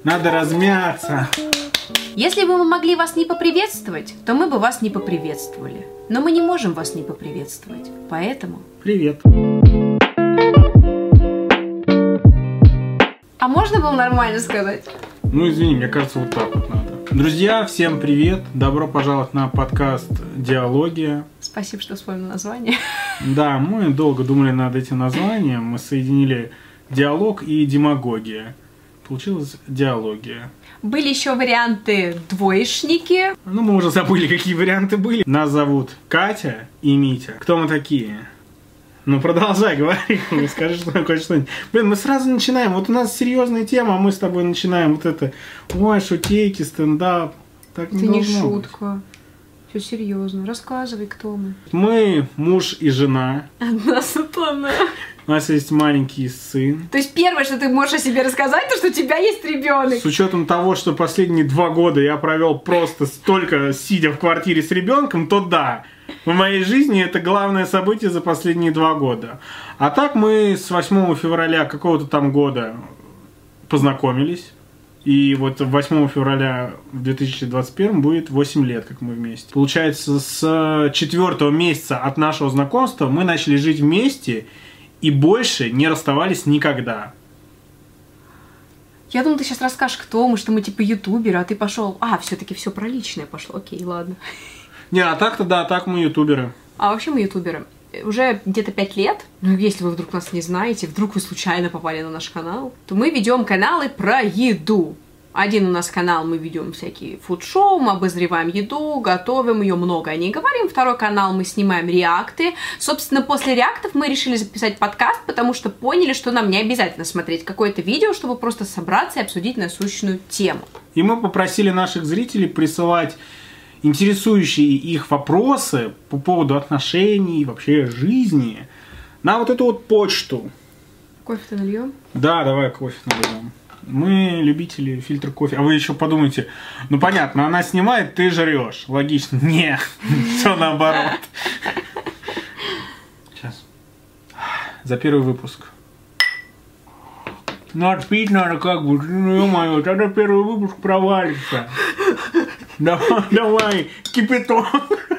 Надо размяться. Если бы мы могли вас не поприветствовать, то мы бы вас не поприветствовали. Но мы не можем вас не поприветствовать, поэтому... Привет. А можно было нормально сказать? Ну, извини, мне кажется, вот так вот надо. Друзья, всем привет. Добро пожаловать на подкаст «Диалогия». Спасибо, что вспомнил название. Да, мы долго думали над этим названием. Мы соединили диалог и демагогия. Получилась диалогия. Были еще варианты двоечники. Ну, мы уже забыли, какие варианты были. Нас зовут Катя и Митя. Кто мы такие? Ну, продолжай говорить, скажи что-нибудь. Блин, мы сразу начинаем. Вот у нас серьезная тема, а мы с тобой начинаем вот это. Ой, шутейки, стендап. Так не должно быть. Это не шутка. Все серьезно. Рассказывай, кто мы. Мы муж и жена. Одна сатана. У нас есть маленький сын. То есть первое, что ты можешь о себе рассказать, то что у тебя есть ребенок. С учетом того, что последние 2 года я провел просто столько сидя в квартире с ребенком, то да. В моей жизни это главное событие за последние 2 года. А так мы с 8 февраля какого-то там года познакомились. И вот 8 февраля в 2021 будет 8 лет, как мы вместе. Получается, с 4-го месяца от нашего знакомства мы начали жить вместе и больше не расставались никогда. Я думала, ты сейчас расскажешь, кто мы, что мы типа ютуберы, а ты пошел. Все-таки все про личное пошло. Окей, ладно. Не, а так-то да, так мы ютуберы. А вообще мы ютуберы. Уже где-то 5 лет, ну если вы вдруг нас не знаете, вдруг вы случайно попали на наш канал, то мы ведем каналы про еду. Один у нас канал, мы ведем всякие фуд-шоу, мы обозреваем еду, готовим ее, много о ней говорим. Второй канал мы снимаем реакты. Собственно, после реактов мы решили записать подкаст, потому что поняли, что нам не обязательно смотреть какое-то видео, чтобы просто собраться и обсудить насущную тему. И мы попросили наших зрителей присылать интересующие их вопросы по поводу отношений, вообще жизни, на вот эту вот почту. Кофе-то нальем? Да, давай кофе нальем. Мы любители фильтр кофе. А вы еще подумайте, ну понятно, она снимает, ты жрешь. Логично. Не, все наоборот. Сейчас. За первый выпуск. Ну отпить надо как бы, ну ё-моё, тогда первый выпуск провалится. Давай, кипяток.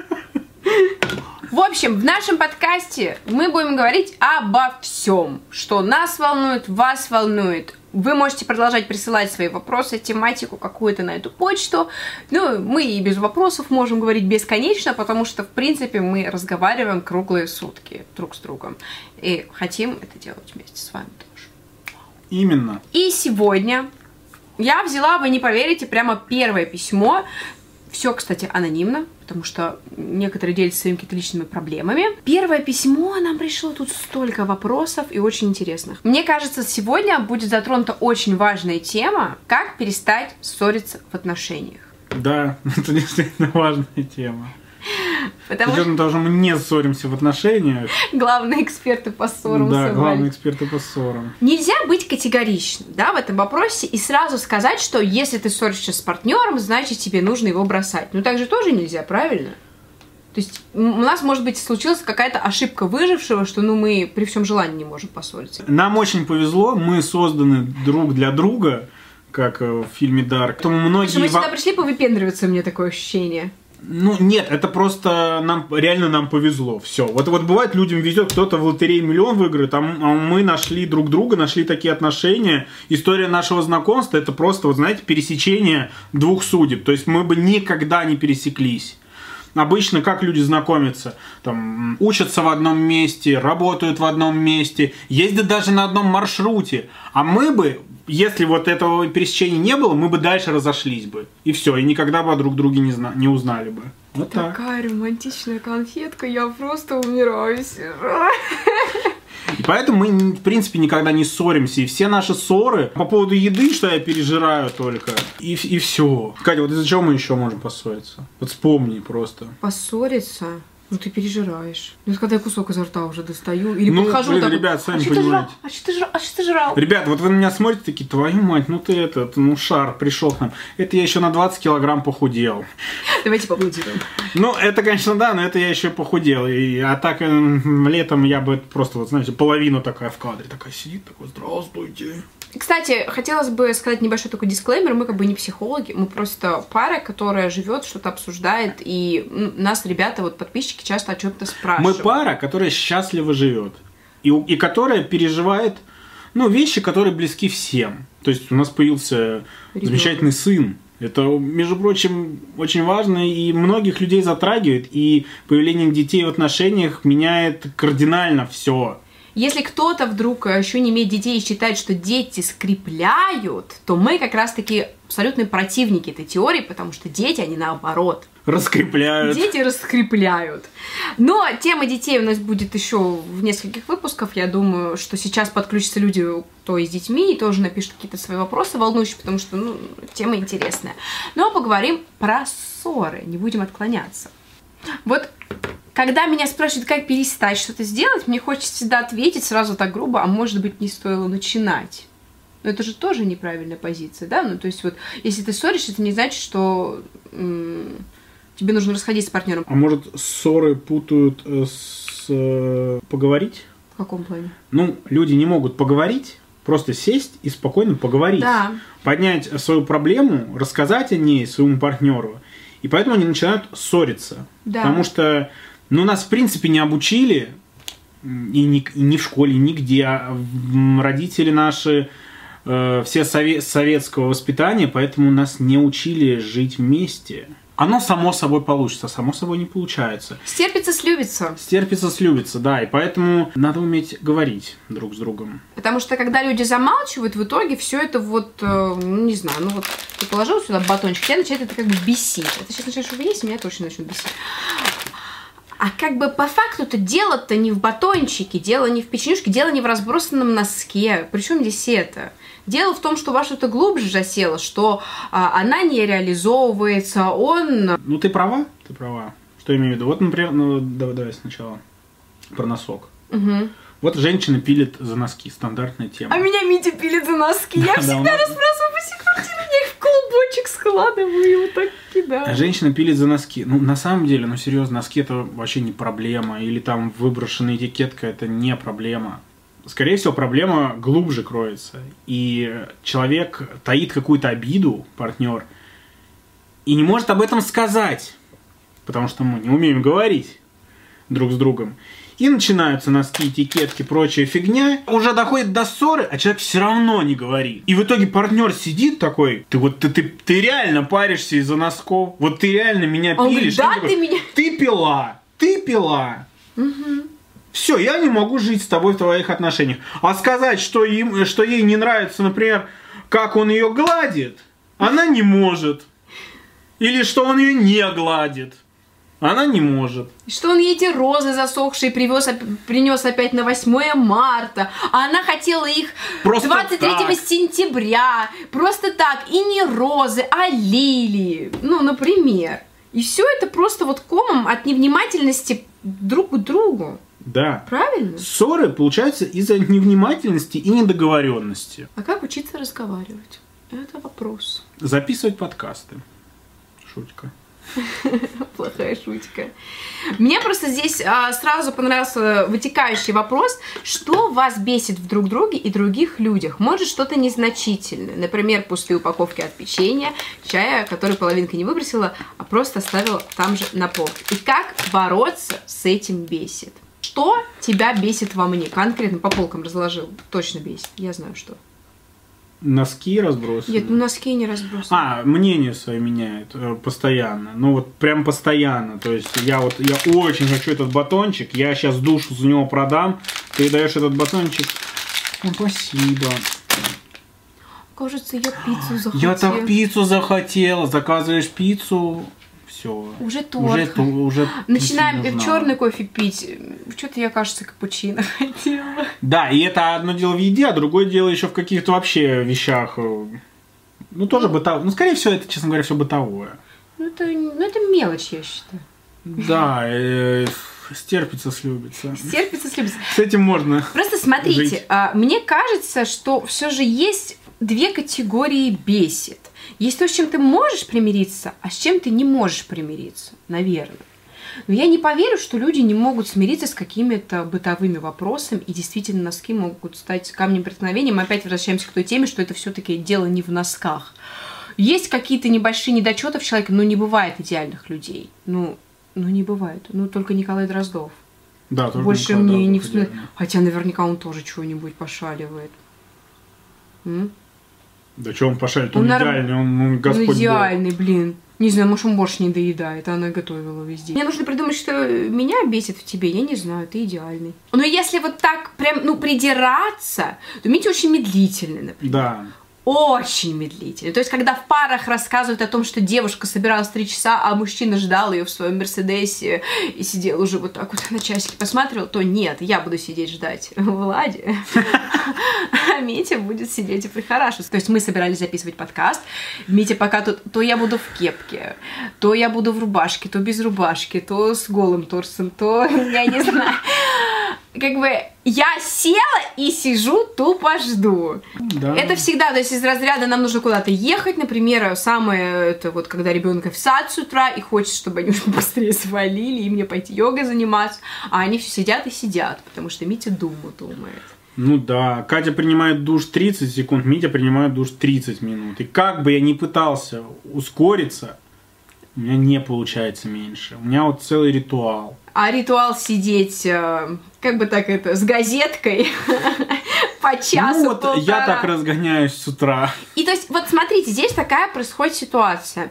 В общем, в нашем подкасте мы будем говорить обо всем, что нас волнует, вас волнует. Вы можете продолжать присылать свои вопросы, тематику какую-то на эту почту. Ну, мы и без вопросов можем говорить бесконечно, потому что, в принципе, мы разговариваем круглые сутки друг с другом. И хотим это делать вместе с вами тоже. Именно. И сегодня я взяла, вы не поверите, прямо первое письмо. Все, кстати, анонимно, потому что некоторые делятся своими какими-то личными проблемами. Первое письмо нам пришло, тут столько вопросов и очень интересных. Мне кажется, сегодня будет затронута очень важная тема, как перестать ссориться в отношениях. Да, это действительно важная тема. Потому что тоже мы не ссоримся в отношениях. Главные эксперты по ссорам. Да, главные эксперты по ссорам. Нельзя быть категоричным, да, в этом вопросе и сразу сказать, что если ты ссоришься с партнером, значит тебе нужно его бросать. Ну так же тоже нельзя, правильно? То есть у нас, может быть, случилась какая-то ошибка выжившего, что мы при всем желании не можем поссориться. Нам очень повезло, мы созданы друг для друга, как в фильме «Дарк». Многие... Мы сюда пришли повыпендриваться, у меня такое ощущение. Ну, нет, это просто реально нам повезло. Все. Вот бывает, людям везет, кто-то в лотерее миллион выиграет, а мы нашли друг друга, нашли такие отношения. История нашего знакомства — это просто, вот знаете, пересечение 2 судеб. То есть мы бы никогда не пересеклись. Обычно как люди знакомятся? Там, учатся в одном месте, работают в одном месте, ездят даже на одном маршруте. А мы бы, если вот этого пересечения не было, мы бы дальше разошлись бы. И все, и никогда бы друг друга не узнали бы. Вот такая так. Романтичная конфетка, я просто умираю. И поэтому мы, в принципе, никогда не ссоримся. И все наши ссоры по поводу еды, что я пережираю только, и все. Катя, вот из-за чего мы еще можем поссориться? Вот вспомни просто. Поссориться? Ну ты пережираешь. Ну это когда я кусок изо рта уже достаю. Или подхожу блин, так. Ребят, сами понимаете. А что ты жрал? Ребят, вот вы на меня смотрите такие, твою мать, ну ты шар пришел к нам. Это я еще на 20 килограмм похудел. Давайте поаплодируем. Ну, это, конечно, да, но это я еще похудел. А так летом я бы просто, вот знаете, половину такая в кадре такая сидит, такой, здравствуйте. Кстати, хотелось бы сказать небольшой такой дисклеймер. Мы как бы не психологи, мы просто пара, которая живет, что-то обсуждает, и нас ребята, вот подписчики, часто о чем-то спрашивают. Мы пара, которая счастливо живет и которая переживает, ну, вещи, которые близки всем. То есть у нас появился замечательный сын. Это, между прочим, очень важно и многих людей затрагивает, и появление детей в отношениях меняет кардинально все. Если кто-то вдруг еще не имеет детей и считает, что дети скрепляют, то мы как раз-таки абсолютные противники этой теории, потому что дети, они наоборот. Раскрепляют. Дети раскрепляют. Но тема детей у нас будет еще в нескольких выпусках. Я думаю, что сейчас подключатся люди, кто и с детьми, и тоже напишут какие-то свои вопросы волнующие, потому что, ну, тема интересная. Но поговорим про ссоры, не будем отклоняться. Вот когда меня спрашивают, как перестать что-то сделать, мне хочется всегда ответить сразу так грубо, а может быть, не стоило начинать. Но это же тоже неправильная позиция, да? Ну, то есть вот, если ты ссоришься, это не значит, что тебе нужно расходиться с партнером. А может, ссоры путают с поговорить? В каком плане? Ну, люди не могут поговорить, просто сесть и спокойно поговорить. Да. Поднять свою проблему, рассказать о ней своему партнеру. И поэтому они начинают ссориться. Да. Потому что, ну, нас, в принципе, не обучили, и ни в школе, нигде. Родители наши все советского воспитания, поэтому нас не учили жить вместе. Оно само собой получится, само собой не получается. Стерпится, слюбится. Стерпится, слюбится, да. И поэтому надо уметь говорить друг с другом. Потому что когда люди замалчивают, в итоге все это вот, не знаю, ну вот ты положил сюда батончик, тебя начинает это как бы бесить. Это сейчас начнешь его есть, и меня точно начнет бесить. А как бы по факту-то дело-то не в батончике, дело не в печенюшке, дело не в разбросанном носке. Причем здесь это? Дело в том, что во что-то глубже засело, что она не реализовывается, он... Ну, ты права, ты права. Что я имею в виду? Вот, например, ну, давай сначала про носок. Угу. Вот женщина пилит за носки, стандартная тема. А меня Митя пилит за носки. Я всегда разбрасываю по всей квартире, я их в клубочек складываю и вот так кидаю. Женщина пилит за носки. Ну, на самом деле, ну, серьезно, носки это вообще не проблема. Или там выброшенная этикетка, это не проблема. Скорее всего, проблема глубже кроется. И человек таит какую-то обиду, партнер, и не может об этом сказать. Потому что мы не умеем говорить друг с другом. И начинаются носки, этикетки, прочая фигня. Уже доходит до ссоры, а человек все равно не говорит. И в итоге партнер сидит такой, ты реально паришься из-за носков. Вот ты реально меня пилишь. Он говорит, да, ты меня... Ты пила. Угу. Все, я не могу жить с тобой в твоих отношениях. А сказать, что ей не нравится, например, как он ее гладит, она не может. Или что он ее не гладит. Она не может. Что он ей эти розы засохшие принес опять на 8 марта, а она хотела их просто 23 сентября. Просто так. И не розы, а лилии. Ну, например. И все это просто вот комом от невнимательности друг к другу. Да. Правильно? Ссоры получаются из-за невнимательности и недоговоренности. А как учиться разговаривать? Это вопрос. Записывать подкасты. Шутка. Плохая шутка. Мне просто здесь сразу понравился вытекающий вопрос, что вас бесит в друг друге и других людях? Может, что-то незначительное. Например, пустые упаковки от печенья, чая, который половинка не выбросила, а просто оставила там же на полке. И как бороться с этим бесит? Что тебя бесит во мне? Конкретно по полкам разложил. Точно бесит. Я знаю, что. Носки разбросаны? Нет, ну носки не разбросаны. Мнение свое меняет постоянно. Ну вот прям постоянно. То есть я очень хочу этот батончик, я сейчас душу за него продам, ты даешь этот батончик. Ну, спасибо. Кажется, я пиццу захотела. Я так пиццу захотела. Заказываешь пиццу. Все. Уже торт. Уже начинаем черный кофе пить. Что-то я, кажется, капучино хотела. Да, и это одно дело в еде, а другое дело еще в каких-то вообще вещах. Ну, тоже бытовое. Ну, скорее всего, это, честно говоря, все бытовое. Ну, это мелочь, я считаю. Да, стерпится, слюбится. Стерпится, слюбится. С этим можно. Просто смотрите, жить. Мне кажется, что все же есть две категории бесит. Есть то, с чем ты можешь примириться, а с чем ты не можешь примириться, наверное. Но я не поверю, что люди не могут смириться с какими-то бытовыми вопросами, и действительно носки могут стать камнем преткновения. Мы опять возвращаемся к той теме, что это все-таки дело не в носках. Есть какие-то небольшие недочеты в человеке, но не бывает идеальных людей. Ну не бывает. Ну, только Николай Дроздов. Да, тоже больше Николай мне не Дроздов, вспоминаю. Хотя наверняка он тоже чего-нибудь пошаливает. Да что он пошарит? Он идеальный, он Господь Бог. идеальный, блин. Не знаю, может, он борщ не доедает, а она готовила везде. Мне нужно придумать, что меня бесит в тебе. Я не знаю, ты идеальный. Но если вот так прям, придираться, то Митя очень медлительный, например. Да. Очень медлительный. То есть, когда в парах рассказывают о том, что девушка собиралась 3 часа, а мужчина ждал ее в своем Мерседесе и сидел уже вот так вот на часики посматривал, то нет, я буду сидеть ждать Влади, а Митя будет сидеть и прихорашиваться. То есть, мы собирались записывать подкаст, Митя пока то я буду в кепке, то я буду в рубашке, то без рубашки, то с голым торсом, то я не знаю. Как бы я села и сижу, тупо жду. Да. Это всегда, то есть из разряда нам нужно куда-то ехать, например, самое это вот когда ребенка в сад с утра и хочется, чтобы они уже быстрее свалили и мне пойти йогой заниматься, а они все сидят и сидят, потому что Митя думает. Ну да, Катя принимает душ 30 секунд, Митя принимает душ 30 минут. И как бы я ни пытался ускориться, у меня не получается меньше. У меня вот целый ритуал. А ритуал сидеть, как бы так это, с газеткой по часу, ну, вот я так разгоняюсь с утра. И то есть, вот смотрите, здесь такая происходит ситуация.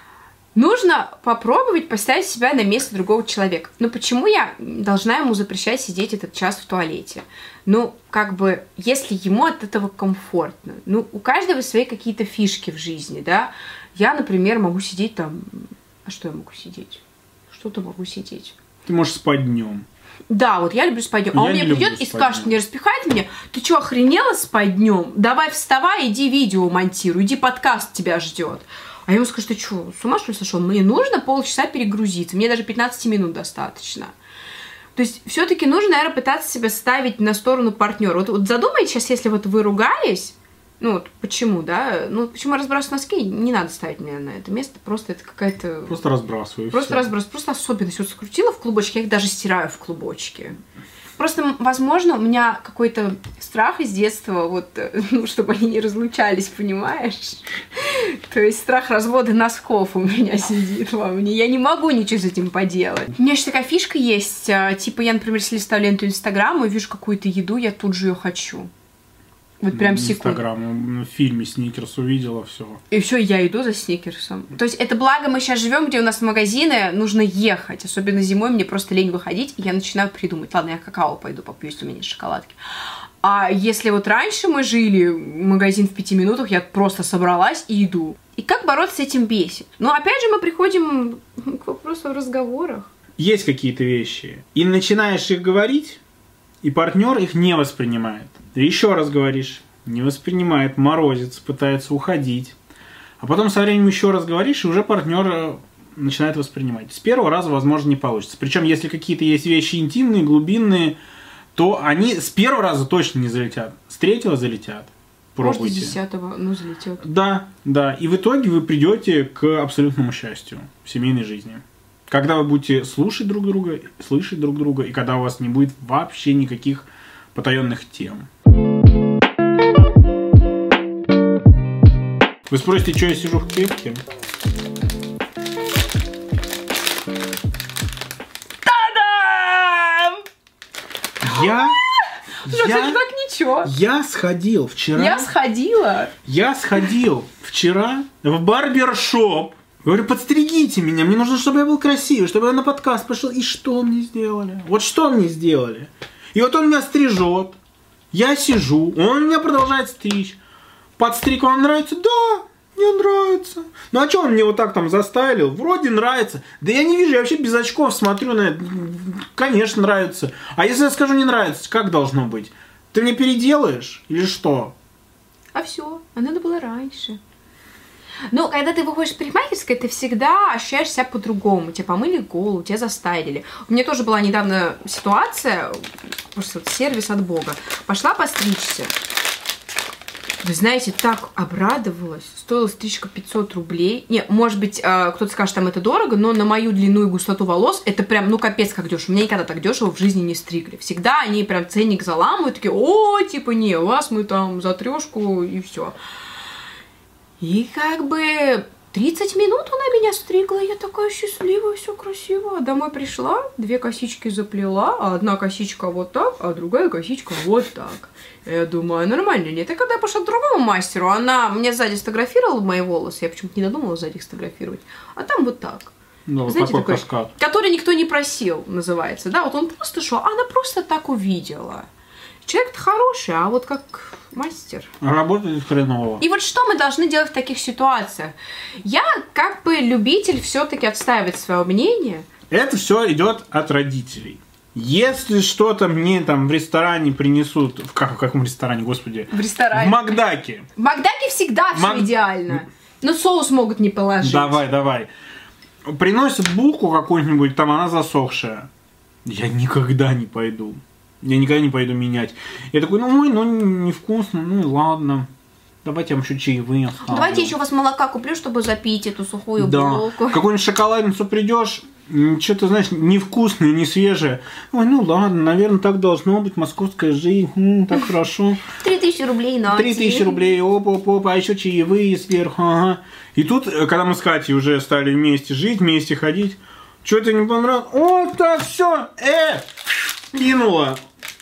Нужно попробовать поставить себя на место другого человека. Ну, почему я должна ему запрещать сидеть этот час в туалете? Ну, как бы, если ему от этого комфортно. Ну, у каждого свои какие-то фишки в жизни, да. Я, например, могу сидеть там... А что я могу сидеть? Что-то могу сидеть. Ты можешь спать днем. Да, вот я люблю спать днем. А он мне придет и скажет, не распихает меня, ты что, охренела спать днем? Давай вставай, иди видео монтируй, иди подкаст тебя ждет. А я ему скажу, ты что, с ума что ли сошел? Мне нужно полчаса перегрузиться, мне даже 15 минут достаточно. То есть все-таки нужно, наверное, пытаться себя ставить на сторону партнера. Вот задумайтесь сейчас, если вот вы ругались, ну вот почему, да? Ну почему разбрасывать носки? Не надо ставить меня на это место. Просто это какая-то... Просто разбрасываю. Просто разбрасываю. Просто особенность. Вот скрутила в клубочке, я их даже стираю в клубочке. Просто, возможно, у меня какой-то страх из детства, вот, ну, чтобы они не разлучались, понимаешь? То есть страх развода носков у меня сидит во мне. Я не могу ничего с этим поделать. У меня еще такая фишка есть. Типа я, например, если листаю ленту Инстаграма и вижу какую-то еду, я тут же ее хочу. Вот прям секунду. Инстаграм, в фильме Сникерс увидела, все. И все, я иду за Сникерсом. То есть это благо мы сейчас живем, где у нас магазины нужно ехать. Особенно зимой мне просто лень выходить, и я начинаю придумать. Ладно, я какао пойду попью, если у меня нет шоколадки. А если вот раньше мы жили, магазин в 5 минутах, я просто собралась и иду. И как бороться с этим бесит? Но опять же мы приходим к вопросу о разговорах. Есть какие-то вещи, и начинаешь их говорить, и партнер их не воспринимает. Ты еще раз говоришь, не воспринимает, морозится, пытается уходить. А потом со временем еще раз говоришь, и уже партнер начинает воспринимать. С первого раза, возможно, не получится. Причем, если какие-то есть вещи интимные, глубинные, то они с первого раза точно не залетят. С третьего залетят. Пробуйте. Может, с 10-го, ну, залетет. Да, да. И в итоге вы придете к абсолютному счастью в семейной жизни. Когда вы будете слушать друг друга, слышать друг друга, и когда у вас не будет вообще никаких потаенных тем. Вы спросите, что я сижу в кепке? Та-дам! Так ничего. Я сходил вчера. Я сходил вчера в барбершоп. Говорю, подстригите меня, мне нужно, чтобы я был красивый, чтобы я на подкаст пошел. И что мне сделали? Вот что мне сделали? И вот он меня стрижет, я сижу, он меня продолжает стричь. Подстриг вам нравится? Да, мне нравится. Ну а что он мне вот так там застайлил? Вроде нравится. Да я не вижу, я вообще без очков смотрю на это. Конечно, нравится. А если я скажу не нравится, как должно быть? Ты мне переделаешь или что? А все, а надо было раньше. Ну, когда ты выходишь в парикмахерскую, ты всегда ощущаешь себя по-другому. Тебя помыли голову, тебя застайлили. У меня тоже была недавно ситуация, просто вот сервис от Бога. Пошла постричься. Вы знаете, так обрадовалась. Стоила стрижка 500 рублей. Не, может быть, кто-то скажет, там это дорого, но на мою длину и густоту волос это прям, ну, капец как дешево. Меня никогда так дешево в жизни не стригли. Всегда они прям ценник заламывают, такие, о, типа, не, у вас мы там за 3 и все. И как бы 30 минут она меня стригла, я такая счастливая, все красиво. Домой пришла, 2 косички заплела, а одна косичка вот так, а другая косичка вот так. Я думаю, нормально нет. И когда я пошла к другому мастеру, она мне сзади сфотографировала мои волосы, я почему-то не додумала сзади их сфотографировать, а там вот так. Ну, знаете, такой такой, каскад. который никто не просил, называется. Да, вот он просто шел, она просто так увидела. Человек-то хороший, а вот как мастер. Работает хреново. И вот что мы должны делать в таких ситуациях? Я как бы любитель все-таки отстаивать свое мнение. Это все идет от родителей. Если что-то мне там в ресторане принесут... В каком ресторане, господи? В ресторане. В Макдаке. В Макдаке всегда все идеально. Но соус могут не положить. Давай. Приносят булку какую-нибудь, там она засохшая. Я никогда не пойду. Я никогда не пойду менять. Я такой, ну невкусно, ну и ладно. Давайте я вам еще чаевые оставлю. Давайте еще у вас молока куплю, чтобы запить эту сухую булку. Какую-нибудь шоколадницу придешь, что-то, знаешь, невкусное, не свежее. Ой, ну ладно, наверное, так должно быть, московская жизнь, так хорошо. 3000 рублей на 3000 рублей, оп, а еще чаевые сверху, ага. И тут, когда мы с Катей уже стали вместе жить, вместе ходить, что-то не понравилось, о, так, все, кинула.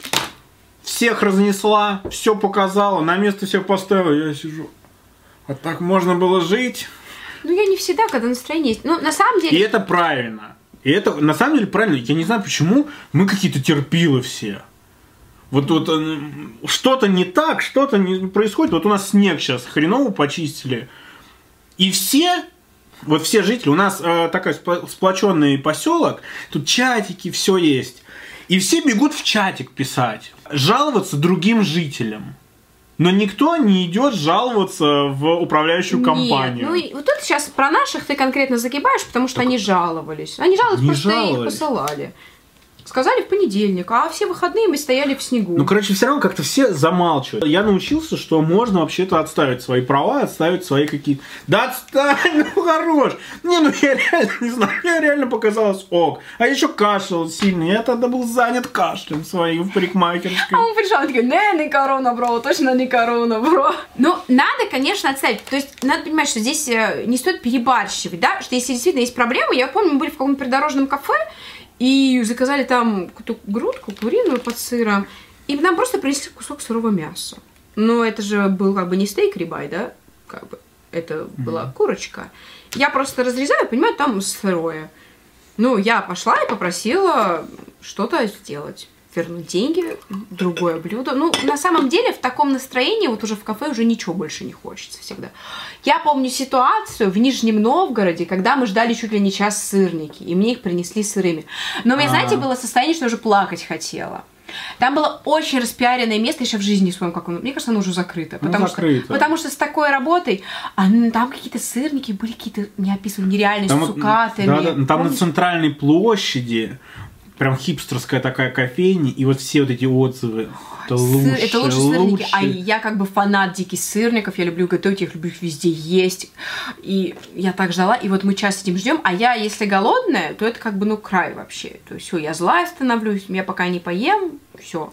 Всех разнесла, все показала, на место всех поставила, я сижу. А так можно было жить? Ну, я не всегда, когда настроение есть. Ну, на самом деле... И это правильно. И это, на самом деле, правильно. Я не знаю, почему мы какие-то терпилы все. Вот что-то не так, что-то не происходит. Вот у нас снег сейчас хреново почистили. И все жители, у нас такой сплоченный поселок, тут чатики, все есть. И все бегут в чатик писать, жаловаться другим жителям. Но никто не идет жаловаться в управляющую компанию. Нет, вот это сейчас про наших ты конкретно загибаешь, потому что они жаловались. Они жаловались, просто их посылали. Сказали в понедельник, а все выходные мы стояли в снегу. Ну, короче, все равно как-то все замалчивают. Я научился, что можно вообще-то отставить свои права, отставить свои какие-то... Да отстань, ну хорош! Не, ну я реально не знаю, мне реально показалось ок. А еще кашлял сильно, я тогда был занят кашлем своим в парикмахерской. А он пришел, такой, не корона, бро, точно не корона, бро. Ну, надо, конечно, отставить. То есть, надо понимать, что здесь не стоит перебарщивать, да, что если действительно есть проблемы, я помню, мы были в каком-то придорожном кафе, и заказали там какую-то грудку куриную под сыром. И нам просто принесли кусок сырого мяса. Но это же был как бы не стейк рибай, да? Как бы это была курочка. Я просто разрезаю, понимаю, там сырое. Ну, я пошла и попросила что-то сделать. Вернуть деньги, другое блюдо. Ну, на самом деле, в таком настроении вот уже в кафе уже ничего больше не хочется всегда. Я помню ситуацию в Нижнем Новгороде, когда мы ждали чуть ли не час сырники, и мне их принесли сырыми. Но у меня, знаете, было состояние, что я уже плакать хотела. Там было очень распиаренное место, еще в жизни не вспомню, как оно. Мне кажется, оно уже закрыто. Потому что с такой работой, там какие-то сырники были какие-то неописанные, нереальные, с цукатами. Там на центральной площади прям хипстерская такая кофейня, и вот все вот эти отзывы. Это лучше сырники. А я как бы фанат диких сырников, я люблю готовить, я их люблю везде есть. И я так ждала, и вот мы час этим ждем, а я, если голодная, то это как бы, край вообще. То есть все, я злая становлюсь, я пока не поем, все.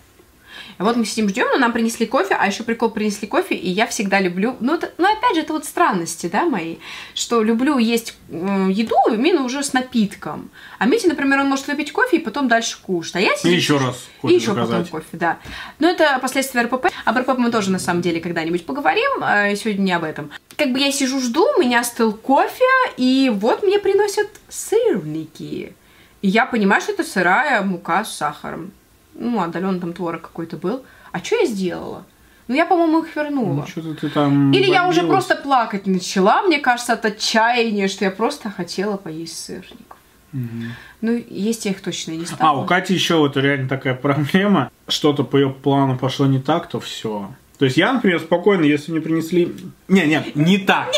А вот мы сидим, ждем, но нам принесли кофе, а еще прикол, принесли кофе, и я всегда люблю... Ну, опять же, это вот странности, да, мои, что люблю есть еду именно уже с напитком. А Митя, например, он может выпить кофе и потом дальше кушать. А я сижу... И еще раз кофе и еще потом кофе, да. Но это последствия РПП. Об РПП мы тоже, на самом деле, когда-нибудь поговорим, сегодня не об этом. Как бы я сижу, жду, у меня остыл кофе, и вот мне приносят сырники. И я понимаю, что это сырая мука с сахаром. Ну, отдаленно там творог какой-то был. А что я сделала? Ну, я, по-моему, их вернула. Ну, что-то ты там Или я уже просто плакать начала, мне кажется, от отчаяния, что я просто хотела поесть сырников. Ну, есть я их точно не стала. У Кати еще вот реально такая проблема. Что-то по ее плану пошло не так, то все. То есть я, например, спокойно, если мне принесли... Не так.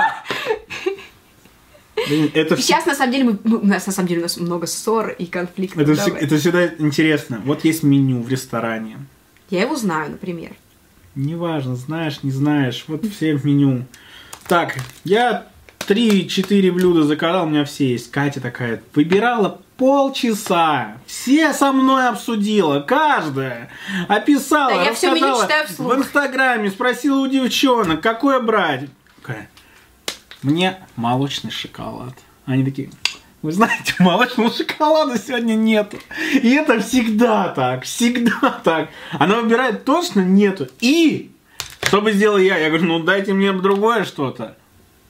Это сейчас, на самом деле, у нас много ссор и конфликтов. Это всегда интересно. Вот есть меню в ресторане. Я его знаю, например. Неважно, знаешь, не знаешь. Вот все в меню. Так, я 3-4 блюда заказал, у меня все есть. Катя такая выбирала полчаса. Все со мной обсудила, каждая. Описала, да, я все меню рассказала читаю вслух. в Инстаграме, спросила у девчонок, какое брать. Такая, мне молочный шоколад. Они такие... Вы знаете, молочного шоколада сегодня нету. И это всегда так, всегда так. Она выбирает точно нету. И что бы сделал я? Я говорю, ну дайте мне другое что-то.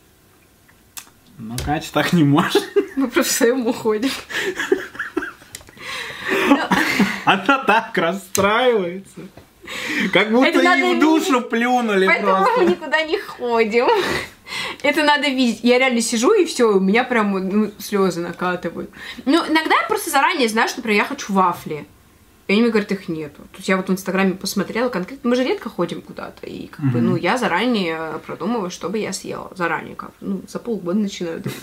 Но Катя так не может. Мы просто в своем уходим. Она так расстраивается. Как будто ей в душу плюнули просто. Поэтому мы никуда не ходим. Это надо видеть. Я реально сижу, и все, у меня прям слезы накатывают. Ну, иногда я просто заранее знаю, что, например, я хочу вафли. И они мне говорят, их нету. Тут я вот в Инстаграме посмотрела конкретно. Мы же редко ходим куда-то. И как бы, ну, я заранее продумываю, что бы я съела. Заранее как. Ну, за полгода начинаю думать.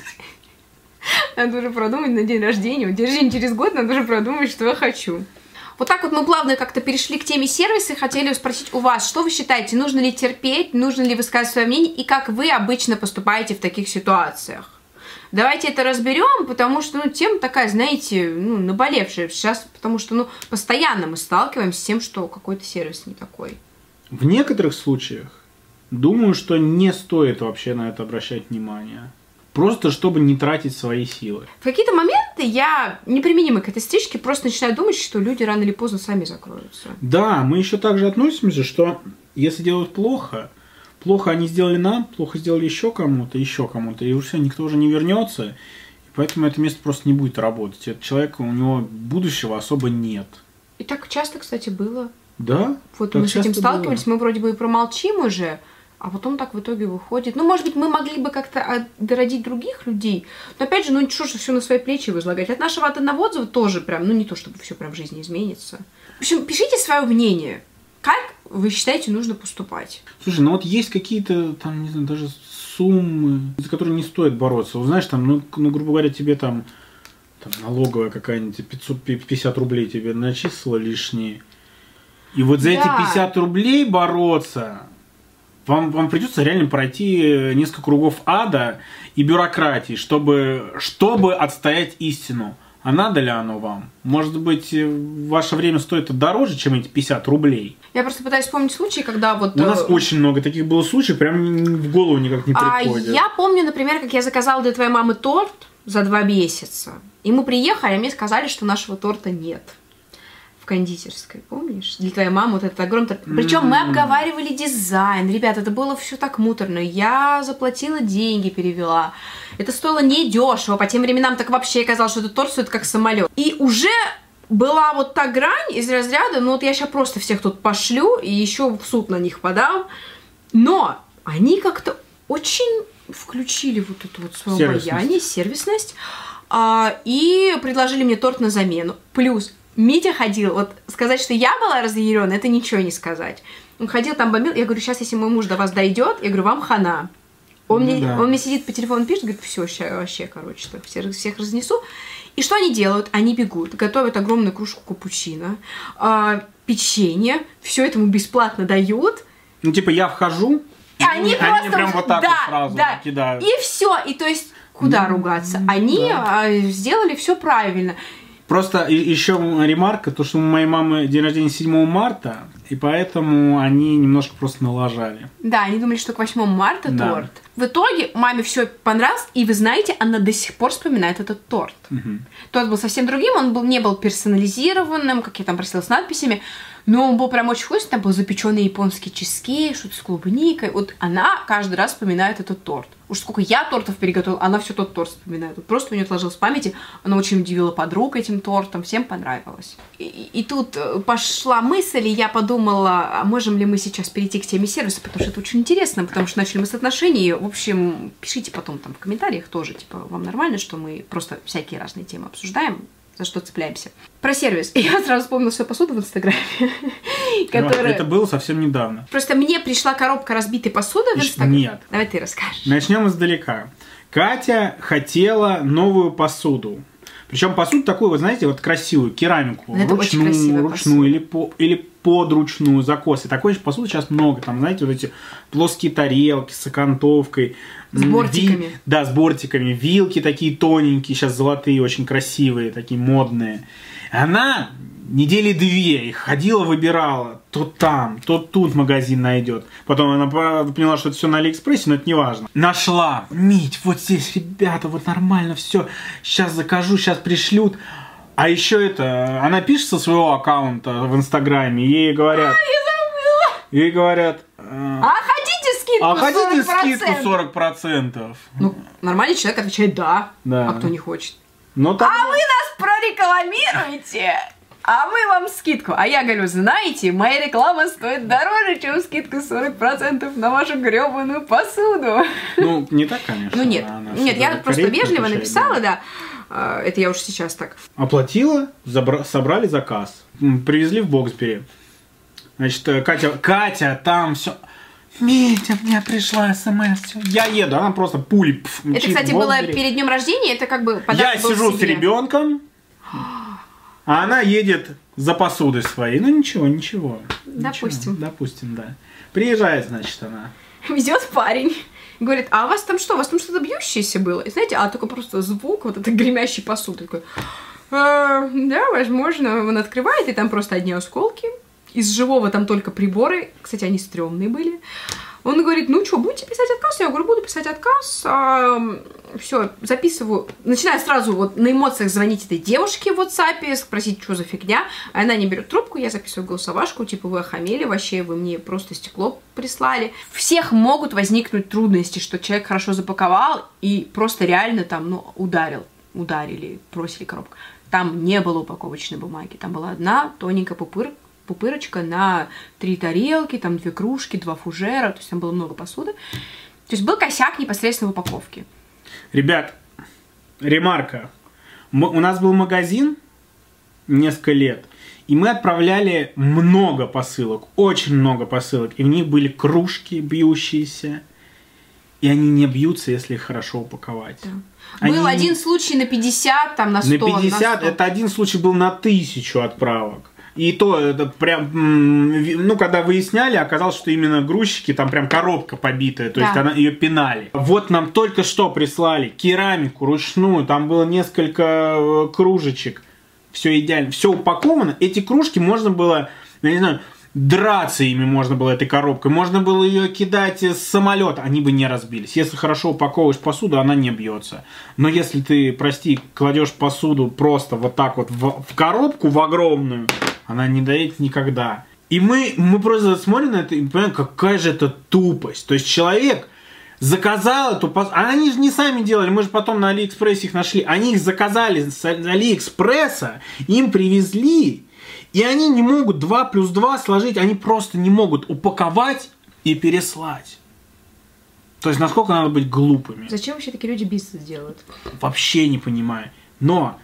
Надо уже продумать на день рождения. Вот день рождения через год надо уже продумать, что я хочу. Вот так вот мы плавно как-то перешли к теме сервиса и хотели спросить у вас, что вы считаете, нужно ли терпеть, нужно ли высказывать свое мнение и как вы обычно поступаете в таких ситуациях. Давайте это разберем, потому что, ну, тема такая, знаете, ну, наболевшая сейчас, потому что, ну, постоянно мы сталкиваемся с тем, что какой-то сервис не такой. В некоторых случаях думаю, что не стоит вообще на это обращать внимание. Просто чтобы не тратить свои силы. В какие-то моменты я, неприменимый к этой стрижке, просто начинаю думать, что люди рано или поздно сами закроются. Да, мы еще также относимся, что если делают плохо, плохо они сделали нам, плохо сделали еще кому-то, и уже все, никто уже не вернется, и поэтому это место просто не будет работать. Этот человек, у него будущего особо нет. И так часто, кстати, было. Да? Вот мы с этим сталкивались, мы вроде бы и промолчим уже, а потом так в итоге выходит. Ну, может быть, мы могли бы как-то отгородить других людей. Но опять же, ну что же все на свои плечи возлагать. От нашего одного отзыва тоже прям, ну не то, чтобы все прям в жизни изменится. В общем, пишите свое мнение. Как вы считаете, нужно поступать? Слушай, ну вот есть какие-то там, не знаю, даже суммы, за которые не стоит бороться. Вот знаешь, там, ну грубо говоря, тебе там налоговая какая-нибудь 550 рублей тебе начислила лишние. И вот за эти 50 рублей бороться... Вам придется реально пройти несколько кругов ада и бюрократии, чтобы отстоять истину. А надо ли оно вам? Может быть, ваше время стоит дороже, чем эти 50 рублей? Я просто пытаюсь вспомнить случаи, когда вот... У нас очень много таких было случаев, прям в голову никак не приходит. Я помню, например, как я заказала для твоей мамы торт за 2 месяца. И мы приехали, а мне сказали, что нашего торта нет. В кондитерской, помнишь? Для твоей мамы вот этот огромный торт. Причем мы обговаривали дизайн. Ребята, это было все так муторно. Я заплатила деньги, перевела. Это стоило недешево. По тем временам так вообще казалось, что этот торт стоит как самолет. И уже была вот та грань из разряда, ну вот я сейчас просто всех тут пошлю и еще в суд на них подам. Но они как-то очень включили вот это вот свое обаяние, сервисность. И предложили мне торт на замену. Плюс Митя ходил, вот сказать, что я была разъярена, это ничего не сказать. Он ходил там бомбил, я говорю, сейчас, если мой муж до вас дойдет, я говорю, вам хана. Он мне сидит по телефону, пишет, говорит, все, вообще, короче, так, всех разнесу. И что они делают? Они бегут, готовят огромную кружку капучино, печенье, все это ему бесплатно дают. Ну, типа, я вхожу, и они просто прям вот так вот сразу кидают. И все, и то есть, куда ругаться? Они сделали все правильно. Просто еще ремарка, то, что у моей мамы день рождения 7 марта, и поэтому они немножко просто налажали. Да, они думали, что к 8 марта торт. В итоге маме все понравилось, и вы знаете, она до сих пор вспоминает этот торт. Торт был совсем другим, он не был персонализированным, как я там просила, с надписями, но он был прям очень вкусный, там был запеченный японский чизкейк, что-то с клубникой. Вот она каждый раз вспоминает этот торт. Уж сколько я тортов переготовила, она все тот торт вспоминает. Вот просто у нее отложилось в памяти, она очень удивила подруг этим тортом, всем понравилось. И тут пошла мысль, и я подумала, а можем ли мы сейчас перейти к теме сервиса, потому что это очень интересно, потому что начали мы с отношений. В общем, пишите потом там в комментариях тоже, типа, вам нормально, что мы просто всякие разные темы обсуждаем, за что цепляемся. Про сервис. Я сразу вспомнила свою посуду в Инстаграме. Это было совсем недавно. Просто мне пришла коробка разбитой посуды в Инстаграме. Нет. Давай ты расскажешь. Начнем издалека. Катя хотела новую посуду. Причем посуду такую, вы знаете, вот красивую, керамику, это ручную или подручную закос. И такой посуды сейчас много. Там, знаете, вот эти плоские тарелки с окантовкой. С бортиками. Да, с бортиками. Вилки такие тоненькие, сейчас золотые, очень красивые, такие модные. Она недели 2 и ходила, выбирала. То там, то тут магазин найдет. Потом она поняла, что это все на Алиэкспрессе, но это не важно. Нашла. Мить, вот здесь, ребята, вот нормально все. Сейчас закажу, сейчас пришлют. А еще это, она пишет со своего аккаунта в Инстаграме, ей говорят... Ей говорят... хотите скидку 40%? Ну, нормальный человек отвечает «да». А кто не хочет? Но вы нас прорекламируете, а мы вам скидку. А я говорю, знаете, моя реклама стоит дороже, чем скидка 40% на вашу гребаную посуду. Ну, не так, конечно. Ну, нет, я просто вежливо написала, да. Это я уж сейчас так. Оплатила, собрали заказ. Привезли в Боксбери. Значит, Катя, там все... Митя, мне пришла смс. Я еду, она просто пулей. Это, кстати, было перед днем рождения, это как бы подарок. Я сижу с ребенком, а она едет за посудой своей. Ну ничего. Допустим. Допустим, да. Приезжает, значит, она. Везет парень. Говорит, а у вас там что? У вас там что-то бьющееся было? И знаете, только просто звук, вот это гремящий посуды. Такой, да, возможно. Он открывает, и там просто одни осколки. Из живого там только приборы. Кстати, они стрёмные были. Он говорит, ну что, будете писать отказ? Я говорю, буду писать отказ. Все, записываю. Начинаю сразу вот на эмоциях звонить этой девушке в WhatsApp, спросить, что за фигня. Она не берет трубку, я записываю голосовашку, типа, вы охамели вообще, вы мне просто стекло прислали. Всех могут возникнуть трудности, что человек хорошо запаковал и просто реально там, ударили, бросили коробку. Там не было упаковочной бумаги, там была одна тоненькая пупырочка на 3 тарелки, там 2 кружки, 2 фужера, то есть там было много посуды. То есть был косяк непосредственно в упаковке. Ребят, ремарка. У нас был магазин несколько лет, и мы отправляли много посылок, очень много посылок, и в них были кружки бьющиеся, и они не бьются, если их хорошо упаковать. Да. Был один случай на 50, там на 100. На 50, это один случай был на 1000 отправок. И то, это прям, когда выясняли, оказалось, что именно грузчики, там прям коробка побитая, то есть ее пинали. Вот нам только что прислали керамику ручную, там было несколько кружечек, все идеально, все упаковано. Эти кружки можно было, я не знаю, драться ими можно было этой коробкой, можно было ее кидать с самолета, они бы не разбились. Если хорошо упаковываешь посуду, она не бьется. Но если ты, прости, кладешь посуду просто вот так вот в коробку, в огромную, она не доедет никогда. И мы просто смотрим на это и понимаем, какая же это тупость. То есть человек заказал эту посуду, а они же не сами делали, мы же потом на Алиэкспрессе их нашли. Они их заказали с Алиэкспресса, им привезли, и они не могут 2 + 2 сложить, они просто не могут упаковать и переслать. То есть насколько надо быть глупыми. Зачем вообще такие люди бизнес делают? Вообще не понимаю. Но...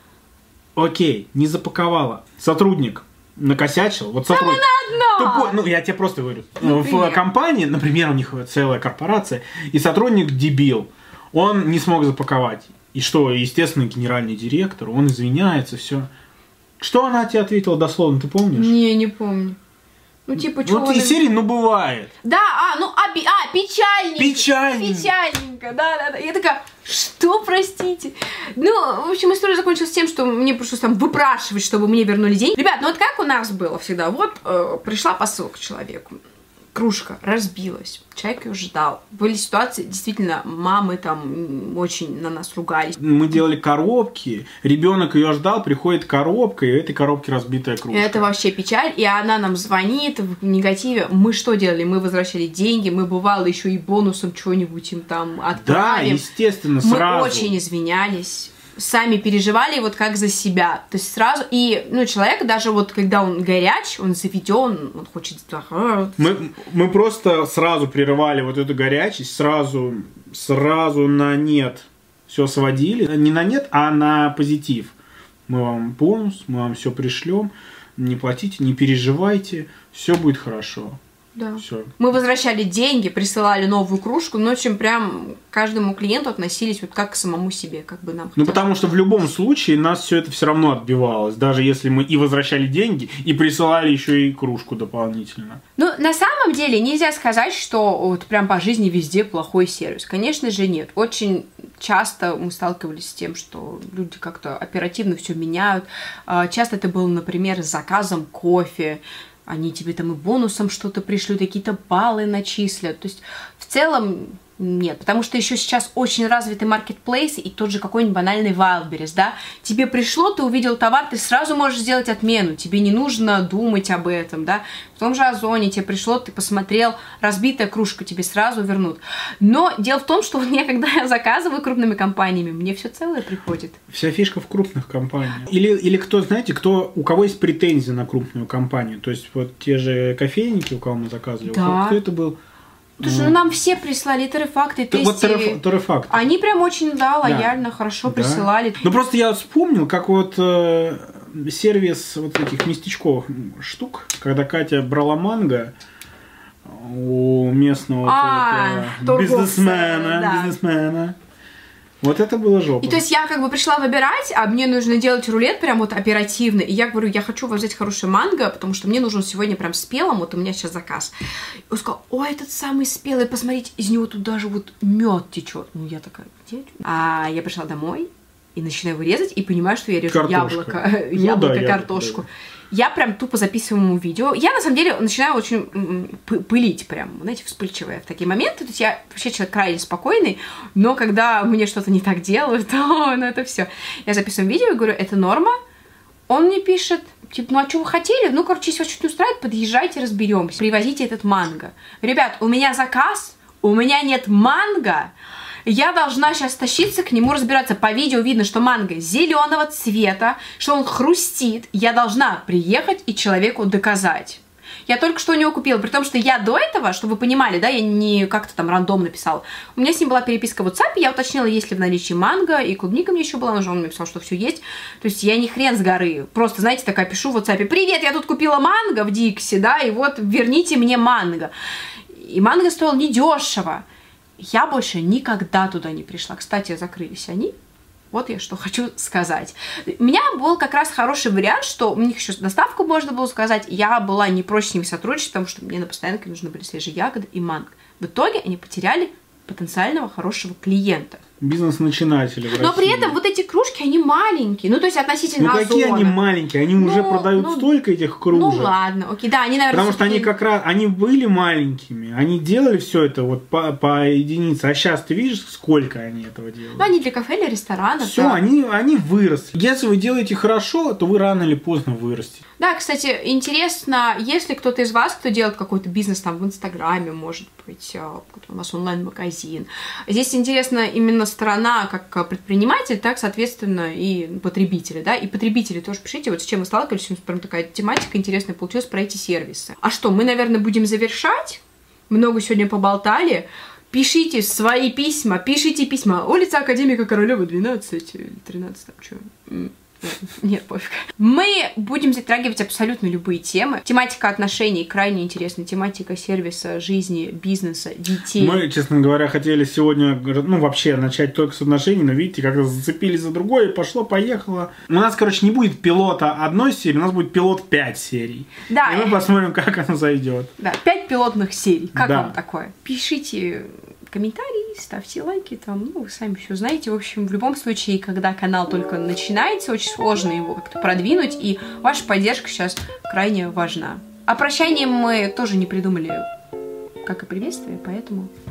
Окей, не запаковала. Сотрудник накосячил. Вот сотрудник. Тупой, я тебе просто говорю. В компании, например, у них целая корпорация, и сотрудник дебил. Он не смог запаковать. И что, естественно, генеральный директор, он извиняется, все. Что она тебе ответила дословно, ты помнишь? Не помню. Ну, типа, что... из серии, бывает. Да, печальненько. Печальненько, да. Я такая, что, простите? Ну, в общем, история закончилась тем, что мне пришлось там выпрашивать, чтобы мне вернули деньги. Ребят, вот как у нас было всегда. Вот пришла посылка человеку. Кружка разбилась. Человек ее ждал. Были ситуации, действительно, мамы там очень на нас ругались. Мы делали коробки, ребенок ее ждал, приходит коробка, и в этой коробке разбитая кружка. Это вообще печаль, и она нам звонит в негативе. Мы что делали? Мы возвращали деньги, мы бывало еще и бонусом что-нибудь им там отправим. Да, естественно, сразу. Мы очень извинялись. Сами переживали вот как за себя. То есть сразу... И, человек даже вот, когда он горяч, он заведен, он хочет... Мы просто сразу прерывали вот эту горячесть, сразу на нет все сводили. Не на нет, а на позитив. Мы вам бонус, мы вам все пришлем, не платите, не переживайте, все будет хорошо. Да. Всё. Мы возвращали деньги, присылали новую кружку, в общем, прям каждому клиенту относились вот как к самому себе, как бы нам. Ну, потому что в любом случае нас все это все равно отбивалось, даже если мы и возвращали деньги, и присылали еще и кружку дополнительно. Ну, на самом деле нельзя сказать, что вот прям по жизни везде плохой сервис. Конечно же, нет. Очень часто мы сталкивались с тем, что люди как-то оперативно все меняют. Часто это было, например, с заказом кофе. Они тебе там и бонусом что-то пришлют, какие-то баллы начислят. То есть в целом нет, потому что еще сейчас очень развитый маркетплейс и тот же какой-нибудь банальный Wildberries, да. Тебе пришло, ты увидел товар, ты сразу можешь сделать отмену, тебе не нужно думать об этом, да. В том же Озоне тебе пришло, ты посмотрел, разбитая кружка, тебе сразу вернут. Но дело в том, что когда я заказываю крупными компаниями, мне все целое приходит. Вся фишка в крупных компаниях. Или кто, знаете, у кого есть претензии на крупную компанию, то есть вот те же кофейники, у кого мы заказывали, да. Кто это был? Слушай, нам все прислали терефакты, тесты. Вот терефакты. Они прям очень, лояльно, хорошо присылали. Ну, просто я вспомнил, как вот сервис вот этих местечковых штук, когда Катя брала манго у местного бизнесмена. Вот это было жопа. И то есть я пришла выбирать, а мне нужно делать рулет прям вот оперативно. И я говорю, я хочу взять хороший манго, потому что мне нужен сегодня прям спелым, вот у меня сейчас заказ. И он сказал, ой, этот самый спелый, посмотрите, из него тут даже вот мед течет. Ну я такая, где? А я пришла домой и начинаю вырезать, и понимаю, что я режу картошку. Да. Я прям тупо записываю ему видео. Я, на самом деле, начинаю очень пылить прям, знаете, вспыльчивая в такие моменты. То есть я вообще человек крайне спокойный, но когда мне что-то не так делают, то это все. Я записываю видео и говорю, это норма. Он мне пишет, типа, а что вы хотели? Если вас что-то не устраивает, подъезжайте, разберемся. Привозите этот манго. Ребят, у меня заказ, у меня нет манго. Я должна сейчас тащиться к нему, разбираться. По видео видно, что манго зеленого цвета, что он хрустит. Я должна приехать и человеку доказать. Я только что у него купила, при том, что я до этого, чтобы вы понимали, да, я не как-то там рандомно писала. У меня с ним была переписка в WhatsApp, я уточнила, есть ли в наличии манго, и клубника мне еще была, он мне написал, что все есть. То есть я не хрен с горы. Просто, знаете, такая пишу в WhatsApp, привет, я тут купила манго в Дикси, да, и вот верните мне манго. И манго стоил недешево. Я больше никогда туда не пришла. Кстати, закрылись они. Вот я что хочу сказать. У меня был как раз хороший вариант, что у них еще доставку можно было заказать. Я была не прочь с ними сотрудничать, потому что мне на постоянке нужны были свежие ягоды и манго. В итоге они потеряли потенциального хорошего клиента. Бизнес-начинатели в России. Но при этом вот эти кружки, они маленькие. Ну, то есть относительно Озона. Какие они маленькие? Они уже продают столько этих кружек. Ну, ладно, окей, да, они, наверное... Потому что они как раз, они были маленькими, они делали все это вот по единице. А сейчас ты видишь, сколько они этого делают? Ну, они для кафе или ресторанов. Все, да. они выросли. Если вы делаете хорошо, то вы рано или поздно вырастете. Да, кстати, интересно, если кто-то из вас, кто делает какой-то бизнес там в Инстаграме, может быть, у вас онлайн-магазин. Здесь интересна именно сторона как предприниматель, так, соответственно, и потребители, да, и потребители тоже пишите, вот с чем вы сталкивались, прям такая тематика интересная получилась про эти сервисы. А что, мы, наверное, будем завершать? Много сегодня поболтали. Пишите свои письма, улица Академика Королева, 12, 13, там что... Нет, пофиг. Мы будем затрагивать абсолютно любые темы. Тематика отношений крайне интересная. Тематика сервиса, жизни, бизнеса, детей. Мы, честно говоря, хотели сегодня, вообще начать только с отношений, но видите, как зацепились за другое, пошло-поехало. У нас, не будет пилота одной серии, у нас будет пилот 5 серий. Да. И мы посмотрим, как оно зайдет. Да, 5 пилотных серий. Как вам такое? Пишите комментарии, ставьте лайки, вы сами все знаете. В общем, в любом случае, когда канал только начинается, очень сложно его как-то продвинуть, и ваша поддержка сейчас крайне важна. А прощание мы тоже не придумали, как и приветствие, поэтому